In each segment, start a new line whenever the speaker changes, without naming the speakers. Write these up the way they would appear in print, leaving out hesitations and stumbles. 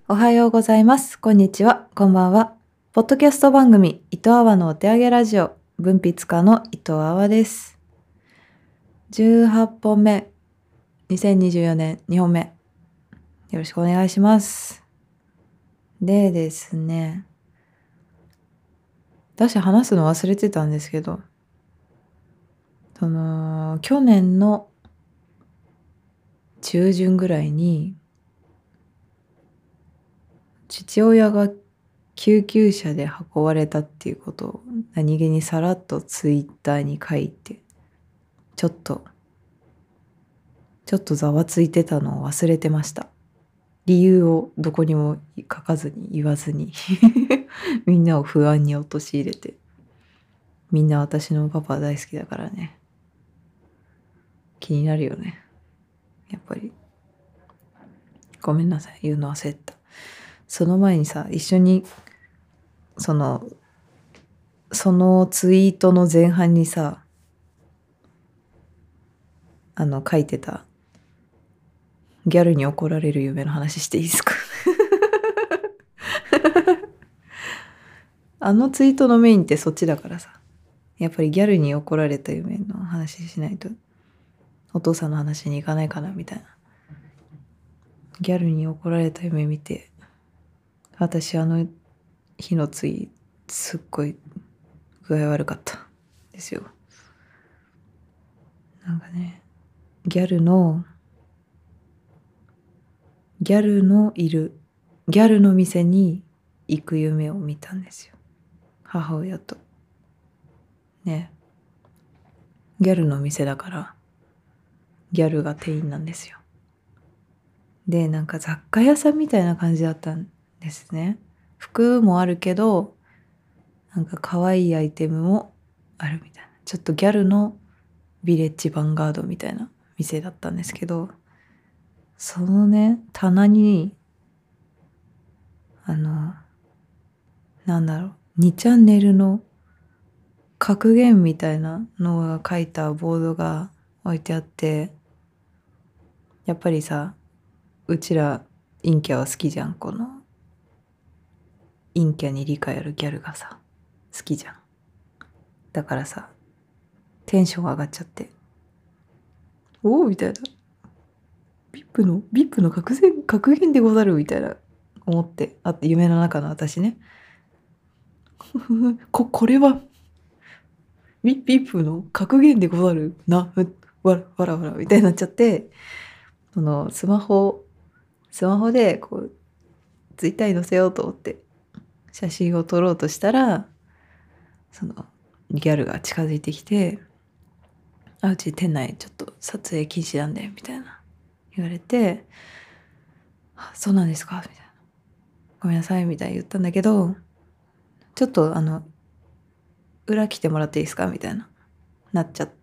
おはようございます。こんにちは。こんばんは。ポッドキャスト番組、伊藤阿波のお手上げラジオ、文筆家の伊藤阿波です。18本目、2024年2本目。よろしくお願いします。でですね、私話すの忘れてたんですけど、去年の中旬ぐらいに、父親が救急車で運ばれたっていうことを何気にさらっとツイッターに書いて、ちょっとざわついてたのを忘れてました。理由をどこにも書かずに言わずにみんなを不安に陥れて、みんな私のパパ大好きだからね、気になるよね。やっぱりごめんなさい、言うの忘れた。その前にさ、一緒にそのツイートの前半にさ、書いてたギャルに怒られる夢の話していいですかあのツイートのメインってそっちだからさ、やっぱりギャルに怒られた夢の話しないとお父さんの話に行かないかなみたいな。ギャルに怒られた夢見て、私あの日のツイすっごい具合悪かったですよ。なんかね、ギャルのいるギャルの店に行く夢を見たんですよ。母親とね。ギャルの店だからギャルが店員なんですよ。で、なんか雑貨屋さんみたいな感じだったんですね。服もあるけど、なんか可愛いアイテムもあるみたいな。ちょっとギャルのビレッジヴァンガードみたいな店だったんですけど、そのね、棚に、2チャンネルの格言みたいなのが書いたボードが置いてあって、やっぱりさ、うちら陰キャは好きじゃん。この陰キャに理解あるギャルがさ、好きじゃん。だからさ、テンション上がっちゃって、おおみたいな、ビップの格言でござるみたいな思って、あって夢の中の私ねこれはビップの格言でござるな、わらわらみたいになっちゃって、そのスマホでこうツイッターに載せようと思って写真を撮ろうとしたら、そのギャルが近づいてきて、うち店内ちょっと撮影禁止なんでみたいな言われて、そうなんですかみたいな、ごめんなさいみたいに言ったんだけど、ちょっと裏来てもらっていいですかみたいななっちゃって、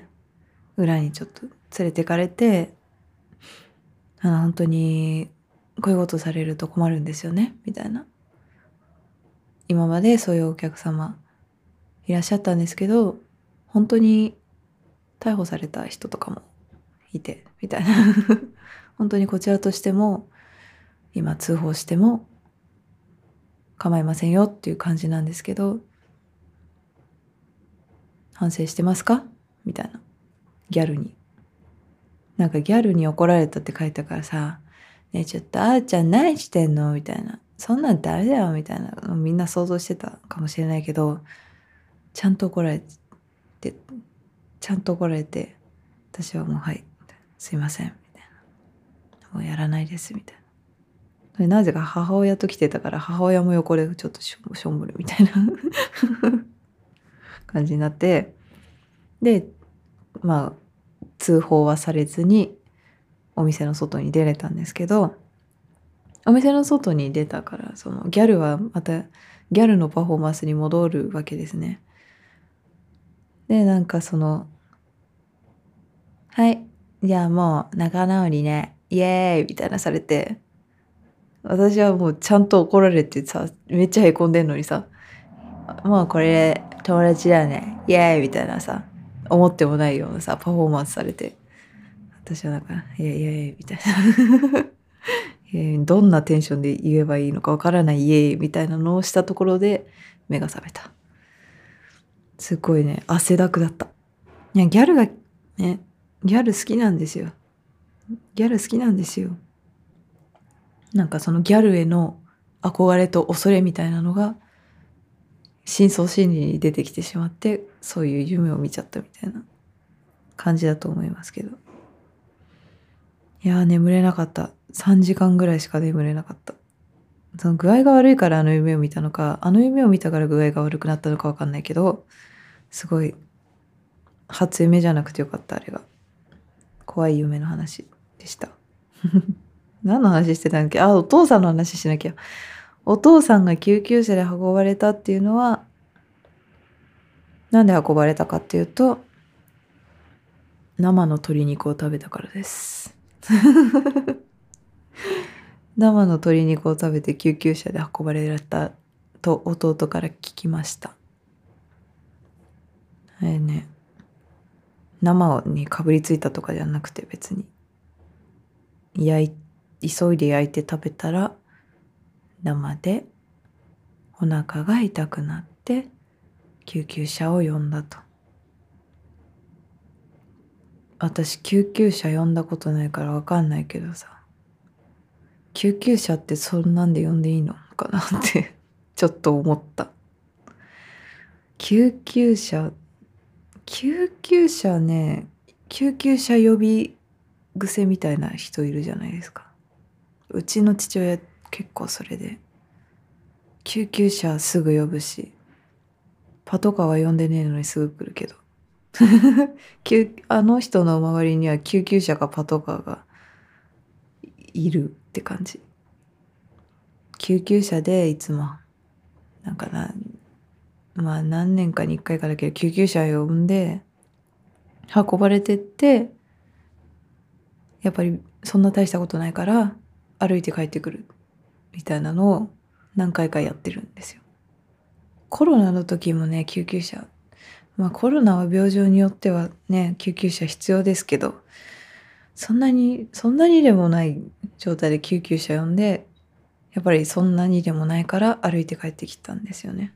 裏にちょっと連れてかれて、本当にこういうことされると困るんですよねみたいな、今までそういうお客様いらっしゃったんですけど、本当に逮捕された人とかもいてみたいな本当にこちらとしても今通報しても構いませんよっていう感じなんですけど、反省してますかみたいな。ギャルに怒られたって書いたからさ、ね、ちょっとあーちゃん何してんのみたいな、そんなんダメだよみたいなのみんな想像してたかもしれないけど、ちゃんと怒られて、私はもうはいすいませんみたいな、もうやらないですみたいな。でなぜか母親と来てたから、母親も横でちょっとしょんぼりみたいな感じになって、でまあ通報はされずにお店の外に出れたんですけど、お店の外に出たから、そのギャルはまたギャルのパフォーマンスに戻るわけですね。でなんかはい、じゃあもう仲直りね、イエーイみたいなされて、私はもうちゃんと怒られてさ、めっちゃへこんでんのにさ、もうこれ友達だよね、イエーイみたいなさ、思ってもないようなさパフォーマンスされて、私はなんかイエーイみたいなどんなテンションで言えばいいのかわからないイエーイみたいなのをしたところで目が覚めた。すごいね、汗だくだった。いや、ギャルがね、ギャル好きなんですよ。ギャル好きなんですよ。なんかそのギャルへの憧れと恐れみたいなのが深層心理に出てきてしまって、そういう夢を見ちゃったみたいな感じだと思いますけど。いやー、眠れなかった。3時間ぐらいしか眠れなかった。その具合が悪いからあの夢を見たのか、あの夢を見たから具合が悪くなったのかわかんないけど、すごい初夢じゃなくてよかった、あれが。怖い夢の話でした。何の話してたんだっけ。あ、お父さんの話しなきゃ。お父さんが救急車で運ばれたっていうのは、なんで運ばれたかっていうと、生の鶏肉を食べたからです。生の鶏肉を食べて救急車で運ばれたと弟から聞きました。あれね、生にかぶりついたとかじゃなくて別に急いで焼いて食べたら生でお腹が痛くなって救急車を呼んだと。私救急車呼んだことないからわかんないけどさ、救急車ってそんなんで呼んでいいのかなってちょっと思った。救急車ね、救急車呼び癖みたいな人いるじゃないですか。うちの父親結構それで、救急車すぐ呼ぶし、パトカーは呼んでねえのにすぐ来るけどあの人の周りには救急車かパトカーがいるって感じ。救急車でいつもなんかまあ何年かに1回かだけど救急車呼んで運ばれてって、やっぱりそんな大したことないから歩いて帰ってくるみたいなのを何回かやってるんですよ。コロナの時もね、救急車、まあコロナは病状によってはね、救急車必要ですけど、そんなにでもない状態で救急車呼んで、やっぱりそんなにでもないから歩いて帰ってきたんですよね。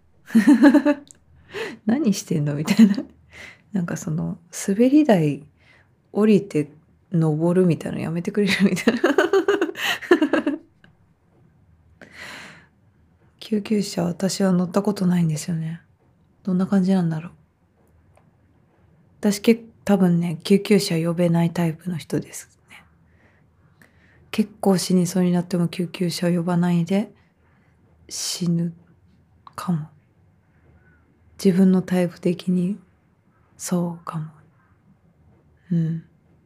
何してんのみたいな。なんかその滑り台降りて登るみたいなのやめてくれるみたいな。救急車私は乗ったことないんですよね。どんな感じなんだろう。私多分ね、救急車呼べないタイプの人ですね。結構死にそうになっても救急車呼ばないで死ぬかも。自分のタイプ的にそうかも。うん。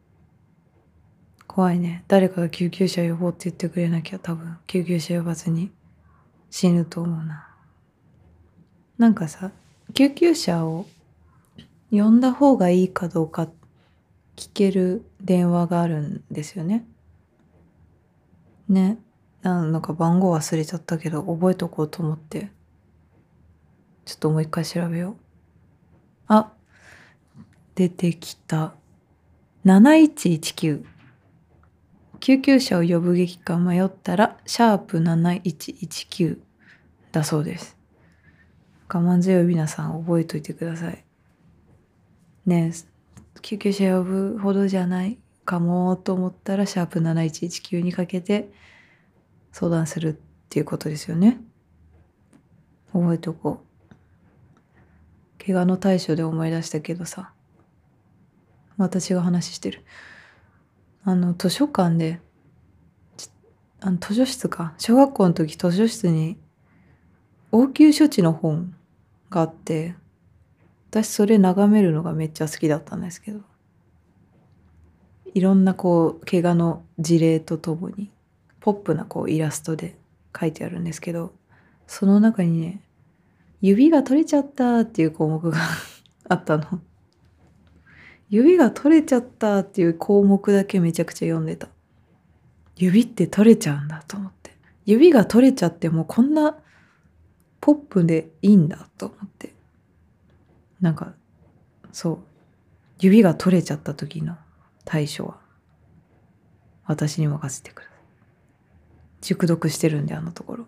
怖いね。誰かが救急車呼ぼうって言ってくれなきゃ多分救急車呼ばずに死ぬと思うな。なんかさ、救急車を呼んだ方がいいかどうか聞ける電話があるんですよね。ね。なんか番号忘れちゃったけど覚えとこうと思って。ちょっともう一回調べよう。あ、出てきた。7119。救急車を呼ぶべきか迷ったら、#7119だそうです。我慢強い皆さん覚えといてください。ねえ、救急車呼ぶほどじゃないかもと思ったら、#7119にかけて相談するっていうことですよね。覚えておこう。怪我の対処で思い出したけどさ、私が話してる。図書館で、図書室か。小学校の時図書室に応急処置の本があって、私それ眺めるのがめっちゃ好きだったんですけど、いろんな怪我の事例とともにポップなイラストで書いてあるんですけど、その中にね、指が取れちゃったっていう項目があったの。指が取れちゃったっていう項目だけめちゃくちゃ読んでた。指って取れちゃうんだと思って。指が取れちゃってもこんなポップでいいんだと思って。なんか、そう。指が取れちゃった時の対処は私に任せてください。 熟読してるんで、あのところ。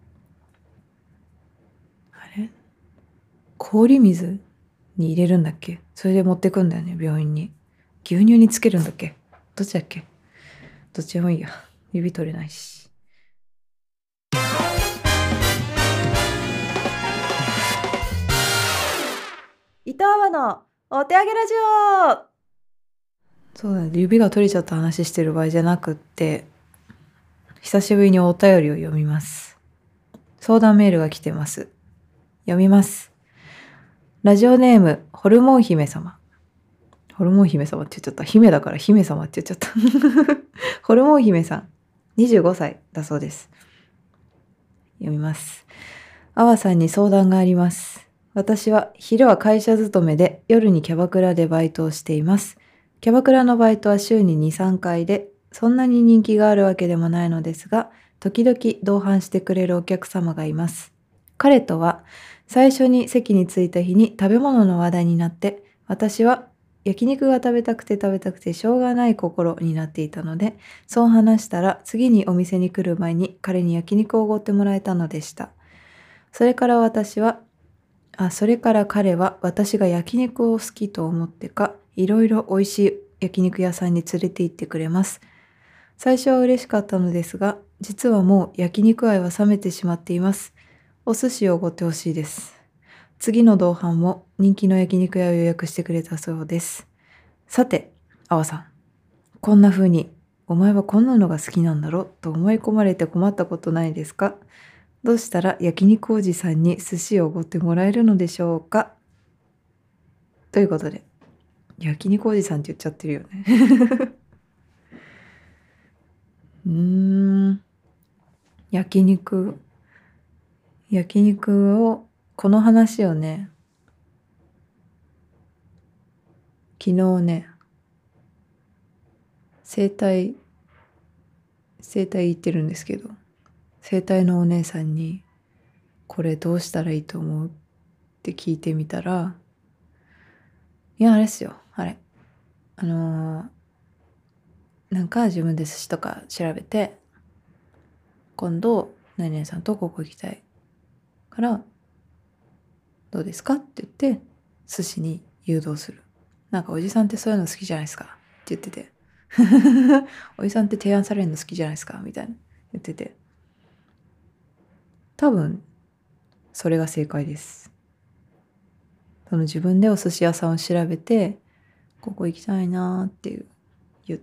あれ、氷水に入れるんだっけ？それで持ってくんだよね、病院に。牛乳につけるんだっけ？どっちだっけ？どっちでもいいや。指取れないし。伊藤アワのお手上げラジオ。そうだね、指が取れちゃった話してる場合じゃなくって、久しぶりにお便りを読みます。相談メールが来てます。読みます。ラジオネーム、ホルモン姫様。ホルモン姫様って言っちゃった。姫だから姫様って言っちゃった。ホルモン姫さん、25歳だそうです。読みます。あわさんに相談があります。私は昼は会社勤めで夜にキャバクラでバイトをしています。キャバクラのバイトは週に2、3回で、そんなに人気があるわけでもないのですが、時々同伴してくれるお客様がいます。彼とは最初に席に着いた日に食べ物の話題になって、私は焼肉が食べたくてしょうがない心になっていたので、そう話したら次にお店に来る前に彼に焼肉をおごってもらえたのでした。それから彼は私が焼肉を好きと思ってか、いろいろ美味しい焼肉屋さんに連れて行ってくれます。最初は嬉しかったのですが、実はもう焼肉愛は冷めてしまっています。お寿司をおごってほしいです。次の同伴も人気の焼肉屋を予約してくれたそうです。さて、あわさん。こんな風に、お前はこんなのが好きなんだろと思い込まれて困ったことないですか？どうしたら焼肉おじさんに寿司をおごってもらえるのでしょうか？ということで、焼肉おじさんって言っちゃってるよね。うーん、焼肉を、この話をね、昨日ね、整体行ってるんですけど、整体のお姉さんに、これどうしたらいいと思うって聞いてみたら、いや、あれっすよ、あれ。なんか自分で寿司とか調べて、今度、何々さんとここ行きたいから、どうですかって言って、寿司に誘導する。なんかおじさんってそういうの好きじゃないですかって言ってて。おじさんって提案されるの好きじゃないですかみたいな言ってて。多分、それが正解です。その自分でお寿司屋さんを調べて、ここ行きたいなって言って、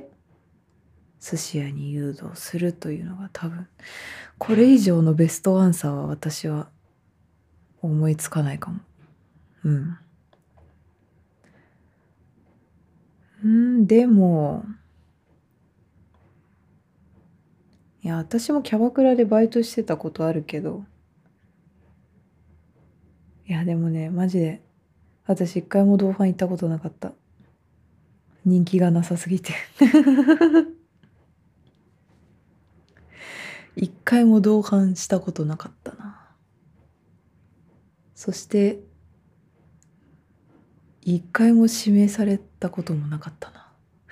寿司屋に誘導するというのが多分、これ以上のベストアンサーは私は思いつかないかも。うん。でも、いや、私もキャバクラでバイトしてたことあるけど、いや、でもね、マジで、私一回も同伴行ったことなかった。人気がなさすぎて。一回も同伴したことなかったな。そして、一回も指名されたこともなかったな。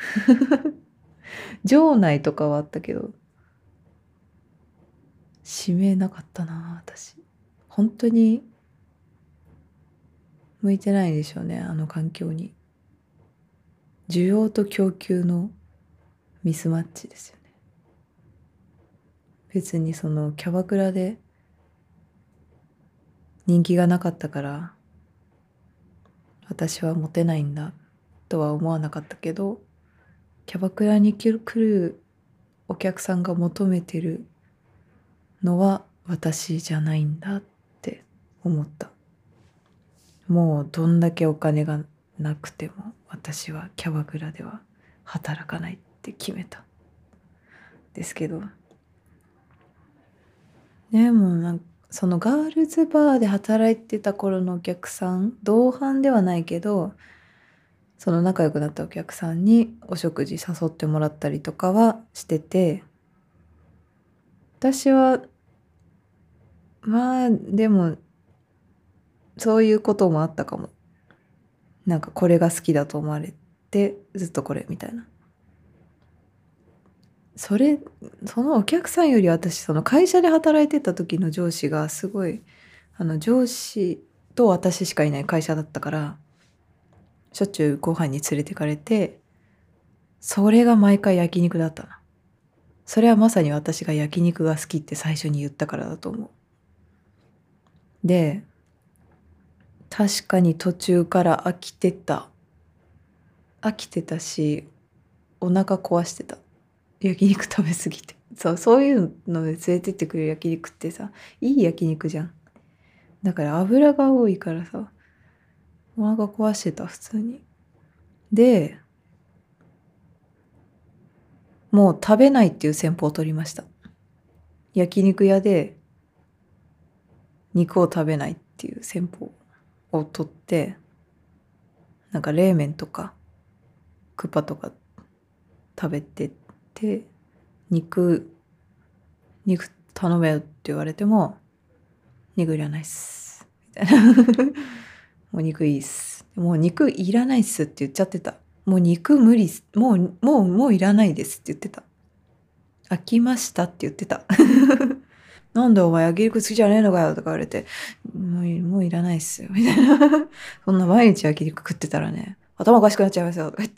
場内とかはあったけど、指名なかったな、私。本当に向いてないでしょうね、あの環境に。需要と供給のミスマッチですよね。別にそのキャバクラで人気がなかったから私はモテないんだとは思わなかったけど、キャバクラに来るお客さんが求めてるのは私じゃないんだって思った。もうどんだけお金がなくても私はキャバクラでは働かないって決めた。ですけど、でもそのガールズバーで働いてた頃のお客さん、同伴ではないけど、その仲良くなったお客さんにお食事誘ってもらったりとかはしてて、私はまあでもそういうこともあったかも。なんかこれが好きだと思われてずっとこれみたいな。 そのお客さんより私その会社で働いてた時の上司がすごい上司と私しかいない会社だったからしょっちゅうご飯に連れてかれて、それが毎回焼肉だったな。それはまさに私が焼肉が好きって最初に言ったからだと思う。で、確かに途中から飽きてたし、お腹壊してた。焼肉食べ過ぎて。そういうので連れてってくれる焼肉ってさ、いい焼肉じゃん。だから油が多いからさ、お腹壊してた、普通に。で、もう食べないっていう戦法を取りました。焼肉屋で肉を食べないっていう戦法を取って、なんか冷麺とかクッパとか食べてて、肉頼めよって言われても、肉いらないっす。みたいな。もう肉いいっす。もう肉いらないっすって言っちゃってた。もう肉無理っす。もういらないですって言ってた。飽きましたって言ってた。なんでお前焼肉好きじゃねえのかよとか言われて、もういらないっすよ。みたいな。そんな毎日焼肉食ってたらね、頭おかしくなっちゃいますよとか言って。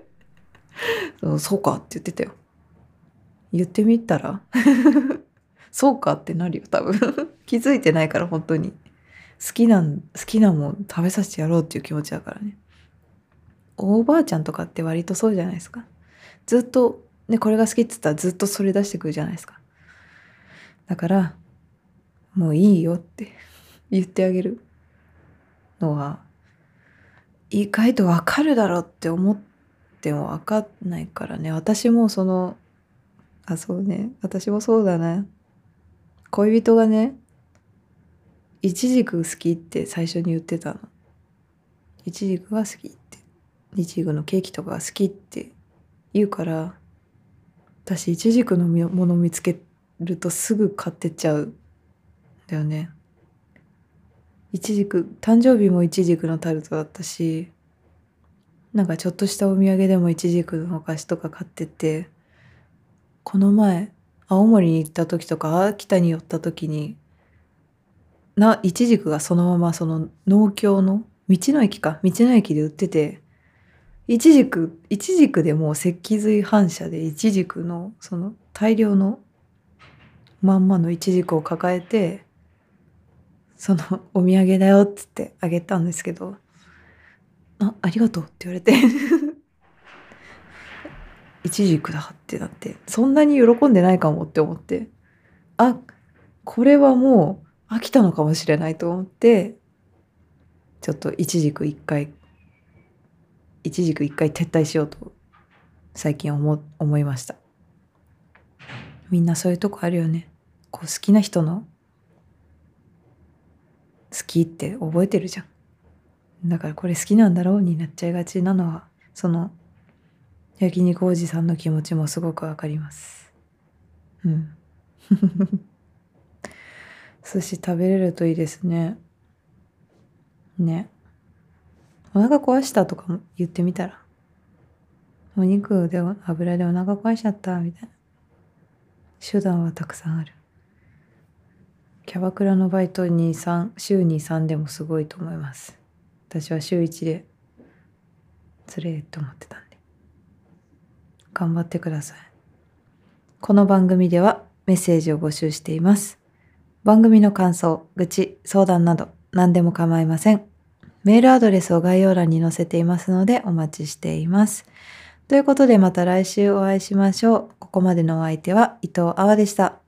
そうかって言ってたよ。言ってみたらそうかってなるよ、多分。気づいてないから本当に。好きなもん食べさせてやろうっていう気持ちだからね。おばあちゃんとかって割とそうじゃないですか。ずっと、ね、これが好きって言ったらずっとそれ出してくるじゃないですか。だから、もういいよって言ってあげるのは、意外とわかるだろうって思ってもわかんないからね。私もそうね。私もそうだね。恋人がね、イチジク好きって最初に言ってたの。イチジクが好きって。イチジクのケーキとかが好きって言うから、私イチジクのもの見つけるとすぐ買ってっちゃうんだよね。誕生日もイチジクのタルトだったし、なんかちょっとしたお土産でもイチジクのお菓子とか買ってって、この前、青森に行った時とか、秋田に寄った時に、イチジクがそのままその農協の道の駅で売ってて、イチジクでもう脊髄反射でイチジクのその大量のまんまのイチジクを抱えて、そのお土産だよっつってあげたんですけど、ありがとうって言われてイチジクだってなって、そんなに喜んでないかもって思って、これはもう飽きたのかもしれないと思って、ちょっとイチジク一回撤退しようと最近思いました。みんなそういうとこあるよね。こう好きな人の好きって覚えてるじゃん。だからこれ好きなんだろうになっちゃいがちなのは、その焼肉おじさんの気持ちもすごくわかります。うん。寿司食べれるといいですね。ね。お腹壊したとかも言ってみたら。お肉で油でお腹壊しちゃったみたいな。手段はたくさんある。キャバクラのバイト週に3でもすごいと思います。私は週1でつれーって思ってたんで。頑張ってください。この番組ではメッセージを募集しています。番組の感想、愚痴、相談など何でも構いません。メールアドレスを概要欄に載せていますのでお待ちしています。ということでまた来週お会いしましょう。ここまでのお相手は伊藤あわでした。